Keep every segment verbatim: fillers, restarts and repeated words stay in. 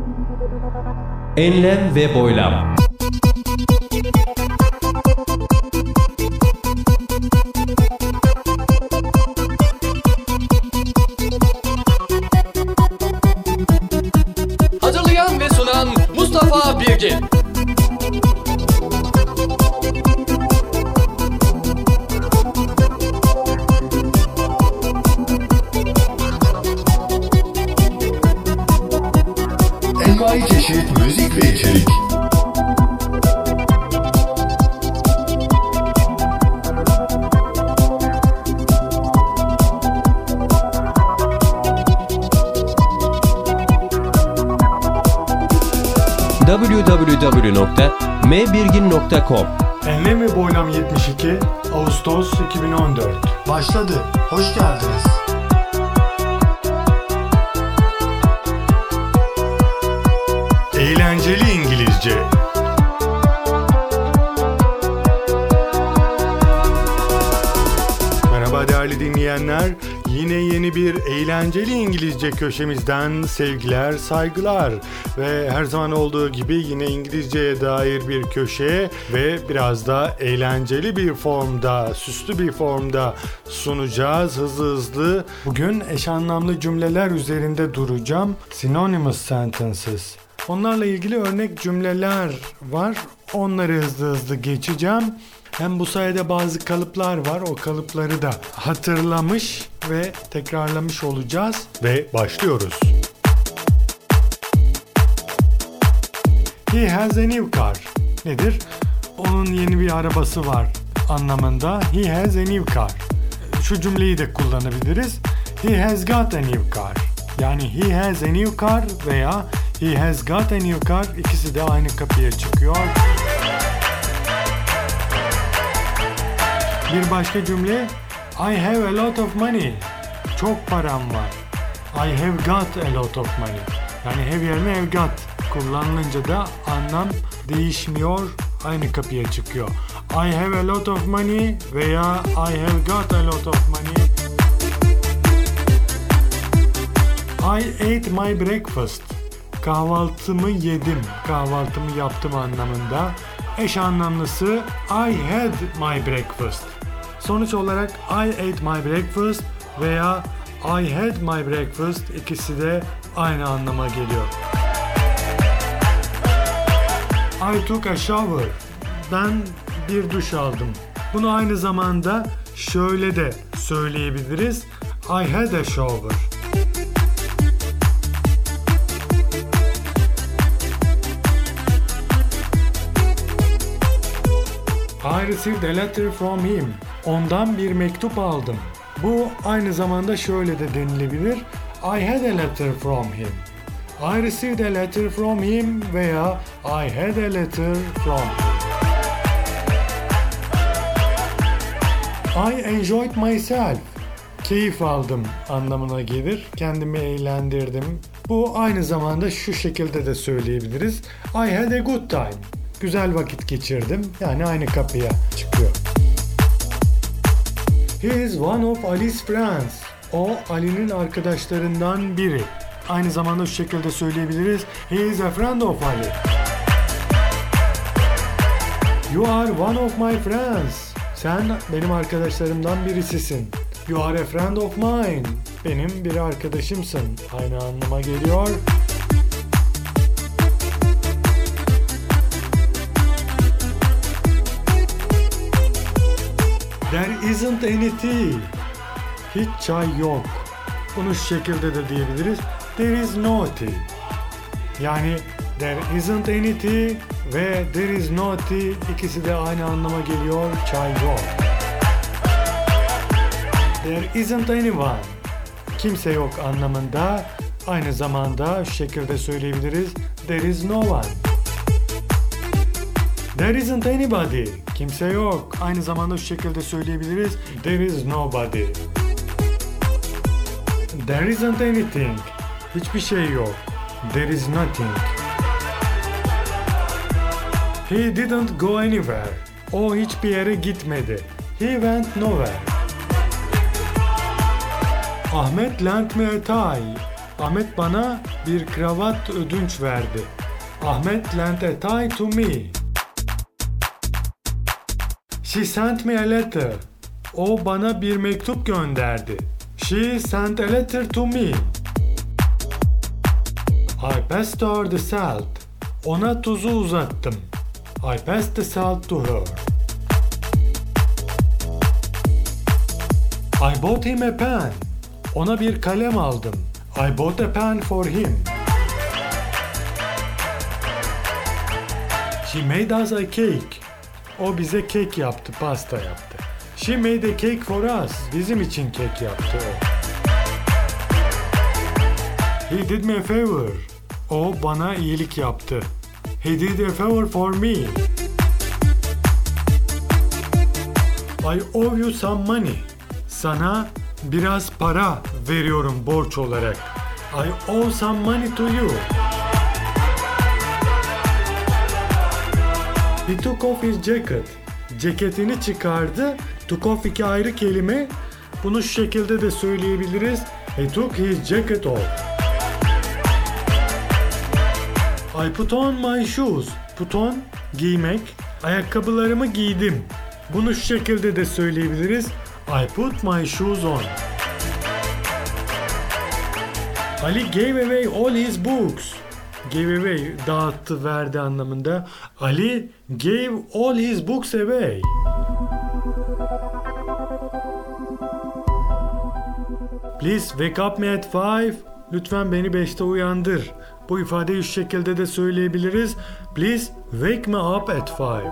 Enlem ve boylam. Hazırlayan ve sunan Mustafa Birgin. Envai çeşit müzik ve içerik. double-u double-u double-u nokta m birgin nokta com Enlem ve Boylam yetmiş iki Ağustos iki bin on dört Başladı. Hoş geldiniz. Eğlenceli İngilizce. Merhaba değerli dinleyenler. Yine yeni bir eğlenceli İngilizce köşemizden sevgiler, saygılar ve her zaman olduğu gibi yine İngilizceye dair bir köşe ve biraz da eğlenceli bir formda, süslü bir formda sunacağız hızlı hızlı. Bugün eş anlamlı cümleler üzerinde duracağım. Synonymous sentences. Onlarla ilgili örnek cümleler var. Onları hızlı hızlı geçeceğim. Hem bu sayede bazı kalıplar var. O kalıpları da hatırlamış ve tekrarlamış olacağız. Ve başlıyoruz. He has a new car. Nedir? Onun yeni bir arabası var anlamında. He has a new car. Şu cümleyi de kullanabiliriz. He has got a new car. Yani he has a new car veya he has got a new car. İkisi de aynı kapıya çıkıyor. Bir başka cümle. I have a lot of money. Çok param var. I have got a lot of money. Yani have yerine have got kullanılınca da anlam değişmiyor. Aynı kapıya çıkıyor. I have a lot of money veya I have got a lot of money. I ate my breakfast. Kahvaltımı yedim. Kahvaltımı yaptım anlamında. Eş anlamlısı I had my breakfast. Sonuç olarak I ate my breakfast veya I had my breakfast ikisi de aynı anlama geliyor. I took a shower. Ben bir duş aldım. Bunu aynı zamanda şöyle de söyleyebiliriz. I had a shower. I received a letter from him. Ondan bir mektup aldım. Bu aynı zamanda şöyle de denilebilir. I had a letter from him. I received a letter from him veya I had a letter from him. I enjoyed myself. Keyif aldım anlamına gelir. Kendimi eğlendirdim. Bu aynı zamanda şu şekilde de söyleyebiliriz. I had a good time. Güzel vakit geçirdim. Yani aynı kapıya çıkıyor. He is one of Ali's friends. O Ali'nin arkadaşlarından biri. Aynı zamanda şu şekilde söyleyebiliriz. He is a friend of Ali. You are one of my friends. Sen benim arkadaşlarımdan birisisin. You are a friend of mine. Benim bir arkadaşımsın. Aynı anlama geliyor. There isn't any tea. Hiç çay yok. Bunu şu şekilde de diyebiliriz. There is no tea. Yani there isn't any tea ve there is no tea ikisi de aynı anlama geliyor. Çay yok. There isn't anyone. Kimse yok anlamında. Aynı zamanda şu şekilde söyleyebiliriz. There is no one. There isn't anybody. Kimse yok. Aynı zamanda şu şekilde söyleyebiliriz. There is nobody. There isn't anything. Hiçbir şey yok. There is nothing. He didn't go anywhere. O hiçbir yere gitmedi. He went nowhere. Ahmet lent me a tie. Ahmet bana bir kravat ödünç verdi. Ahmet lent a tie to me. She sent me a letter. O bana bir mektup gönderdi. She sent a letter to me. I passed her the salt. Ona tuzu uzattım. I passed the salt to her. I bought him a pen. Ona bir kalem aldım. I bought a pen for him. She made us a cake. O bize kek yaptı, pasta yaptı. She made a cake for us. Bizim için kek yaptı o. He did me a favor. O bana iyilik yaptı. He did a favor for me. I owe you some money. Sana biraz para veriyorum borç olarak. I owe some money to you. He took off his jacket. Ceketini çıkardı. Took off iki ayrı kelime. Bunu şu şekilde de söyleyebiliriz. He took his jacket off. I put on my shoes. Put on, giymek. Ayakkabılarımı giydim. Bunu şu şekilde de söyleyebiliriz. I put my shoes on. Ali gave away all his books. Gave away, dağıttı, verdi anlamında. Ali gave all his books away. Please wake up me at five. Lütfen beni beşte uyandır. Bu ifadeyi şu şekilde de söyleyebiliriz. Please wake me up at five.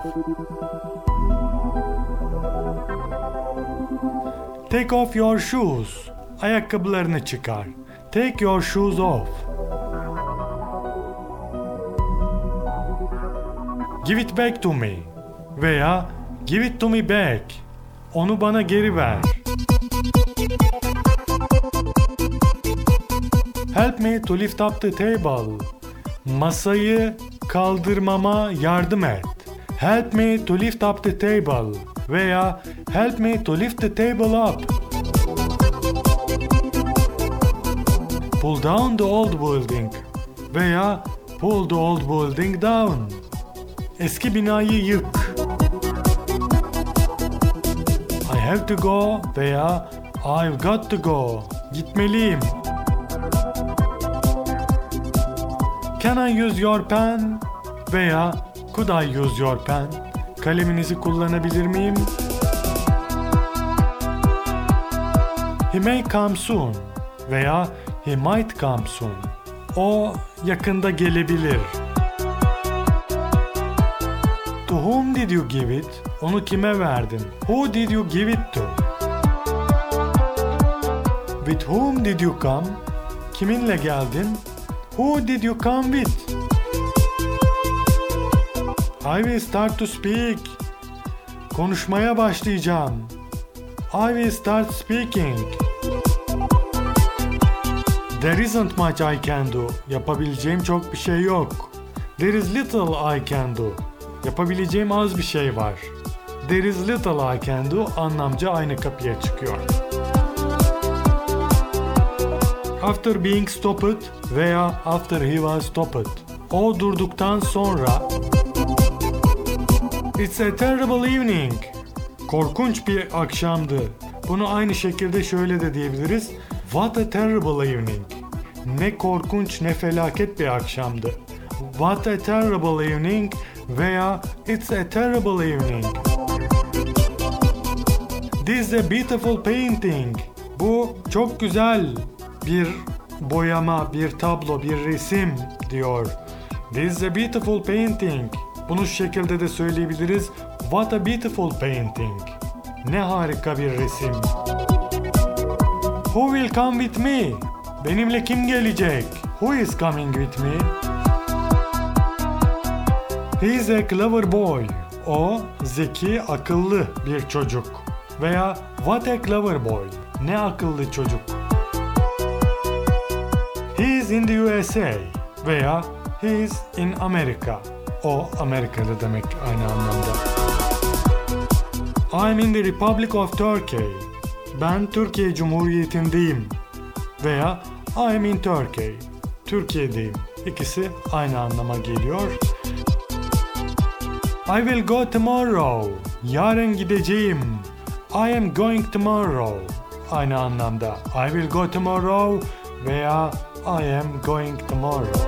Take off your shoes. Ayakkabılarını çıkar. Take your shoes off. Give it back to me. Veya give it to me back. Onu bana geri ver. Help me to lift up the table. Masayı kaldırmama yardım et. Help me to lift up the table. Veya help me to lift the table up. Pull down the old building. Veya pull the old building down. Eski binayı yık. I have to go veya I've got to go. Gitmeliyim. Can I use your pen? Veya could I use your pen? Kaleminizi kullanabilir miyim? He may come soon veya he might come soon. O yakında gelebilir. To whom did you give it? Onu kime verdin? Who did you give it to? With whom did you come? Kiminle geldin? Who did you come with? I will start to speak. Konuşmaya başlayacağım. I will start speaking. There isn't much I can do. Yapabileceğim çok bir şey yok. There is little I can do. Yapabileceğim az bir şey var. There is little I can do anlamca aynı kapıya çıkıyor. After being stopped veya after he was stopped. O durduktan sonra. It's a terrible evening. Korkunç bir akşamdı. Bunu aynı şekilde şöyle de diyebiliriz. What a terrible evening. Ne korkunç ne felaket bir akşamdı. What a terrible evening veya It's a terrible evening. This is a beautiful painting. Bu çok güzel bir boyama, bir tablo, bir resim diyor. This is a beautiful painting. Bunu şu şekilde de söyleyebiliriz. What a beautiful painting. Ne harika bir resim. Who will come with me? Benimle kim gelecek? Who is coming with me? He is a clever boy. O zeki, akıllı bir çocuk. Veya what a clever boy. Ne akıllı çocuk. He is in the U S A. Veya he is in America. O Amerikalı demek aynı anlamda. I'm in the Republic of Turkey. Ben Türkiye Cumhuriyeti'ndeyim. Veya I'm in Turkey. Türkiye'deyim. İkisi aynı anlama geliyor. I will go tomorrow. Yarın gideceğim. I am going tomorrow. Aynı anlamda. I will go tomorrow veya I am going tomorrow.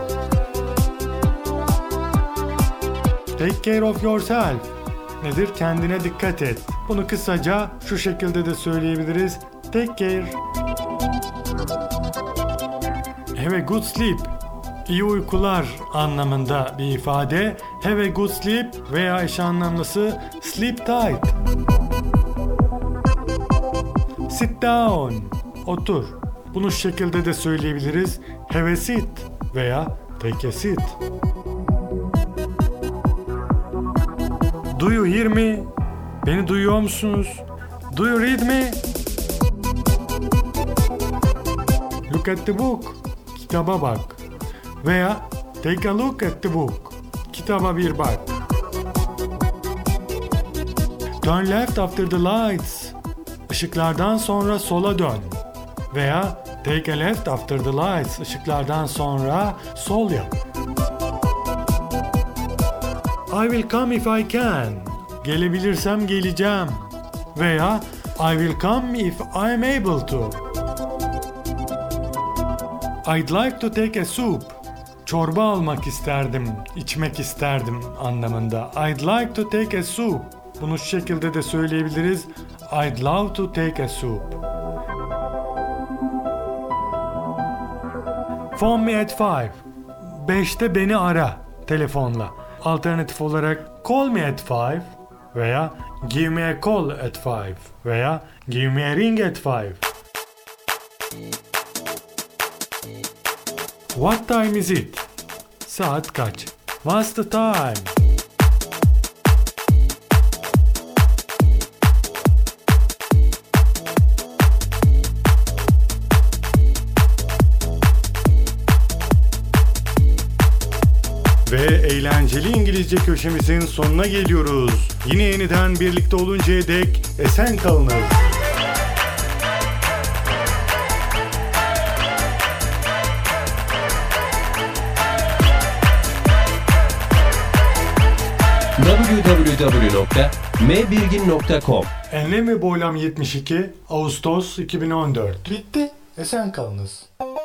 Take care of yourself. Nedir? Kendine dikkat et. Bunu kısaca şu şekilde de söyleyebiliriz. Take care. Have a good sleep. İyi uykular anlamında bir ifade. Have a good sleep veya eş anlamlısı sleep tight. Sit down. Otur. Bunu şu şekilde de söyleyebiliriz. Have a seat veya take a seat. Do you hear me? Beni duyuyor musunuz? Do you read me? Look at the book. Kitaba bak. Veya take a look at the book. Kitaba bir bak. Turn left after the lights. Işıklardan sonra sola dön. Veya take a left after the lights. Işıklardan sonra sol yap. I will come if I can. Gelebilirsem geleceğim. Veya I will come if I am able to. I'd like to take a soup. Çorba almak isterdim, içmek isterdim anlamında. I'd like to take a soup. Bunu şu şekilde de söyleyebiliriz. I'd love to take a soup. Phone me at five. Beşte beni ara telefonla. Alternatif olarak call me at five veya give me a call at five veya give me a ring at five. What time is it? Saat kaç? What's the time? Ve eğlenceli İngilizce köşemizin sonuna geliyoruz. Yine yeniden birlikte oluncaya dek esen kalınız. double-u double-u double-u nokta m birgin nokta com Enlem ve Boylam yetmiş iki Ağustos iki bin on dört. Bitti. Esen kalınız.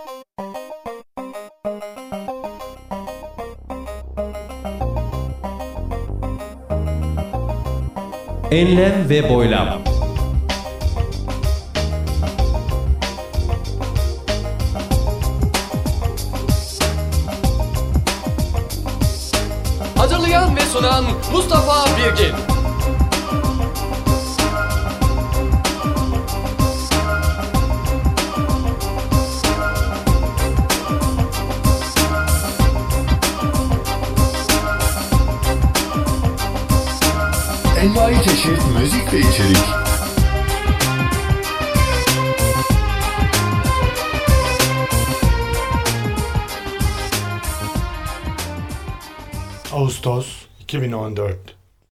Enlem ve boylam. Hazırlayan ve sunan Mustafa Birgin. Envai çeşit müzik ve içerik. Ağustos iki bin on dört.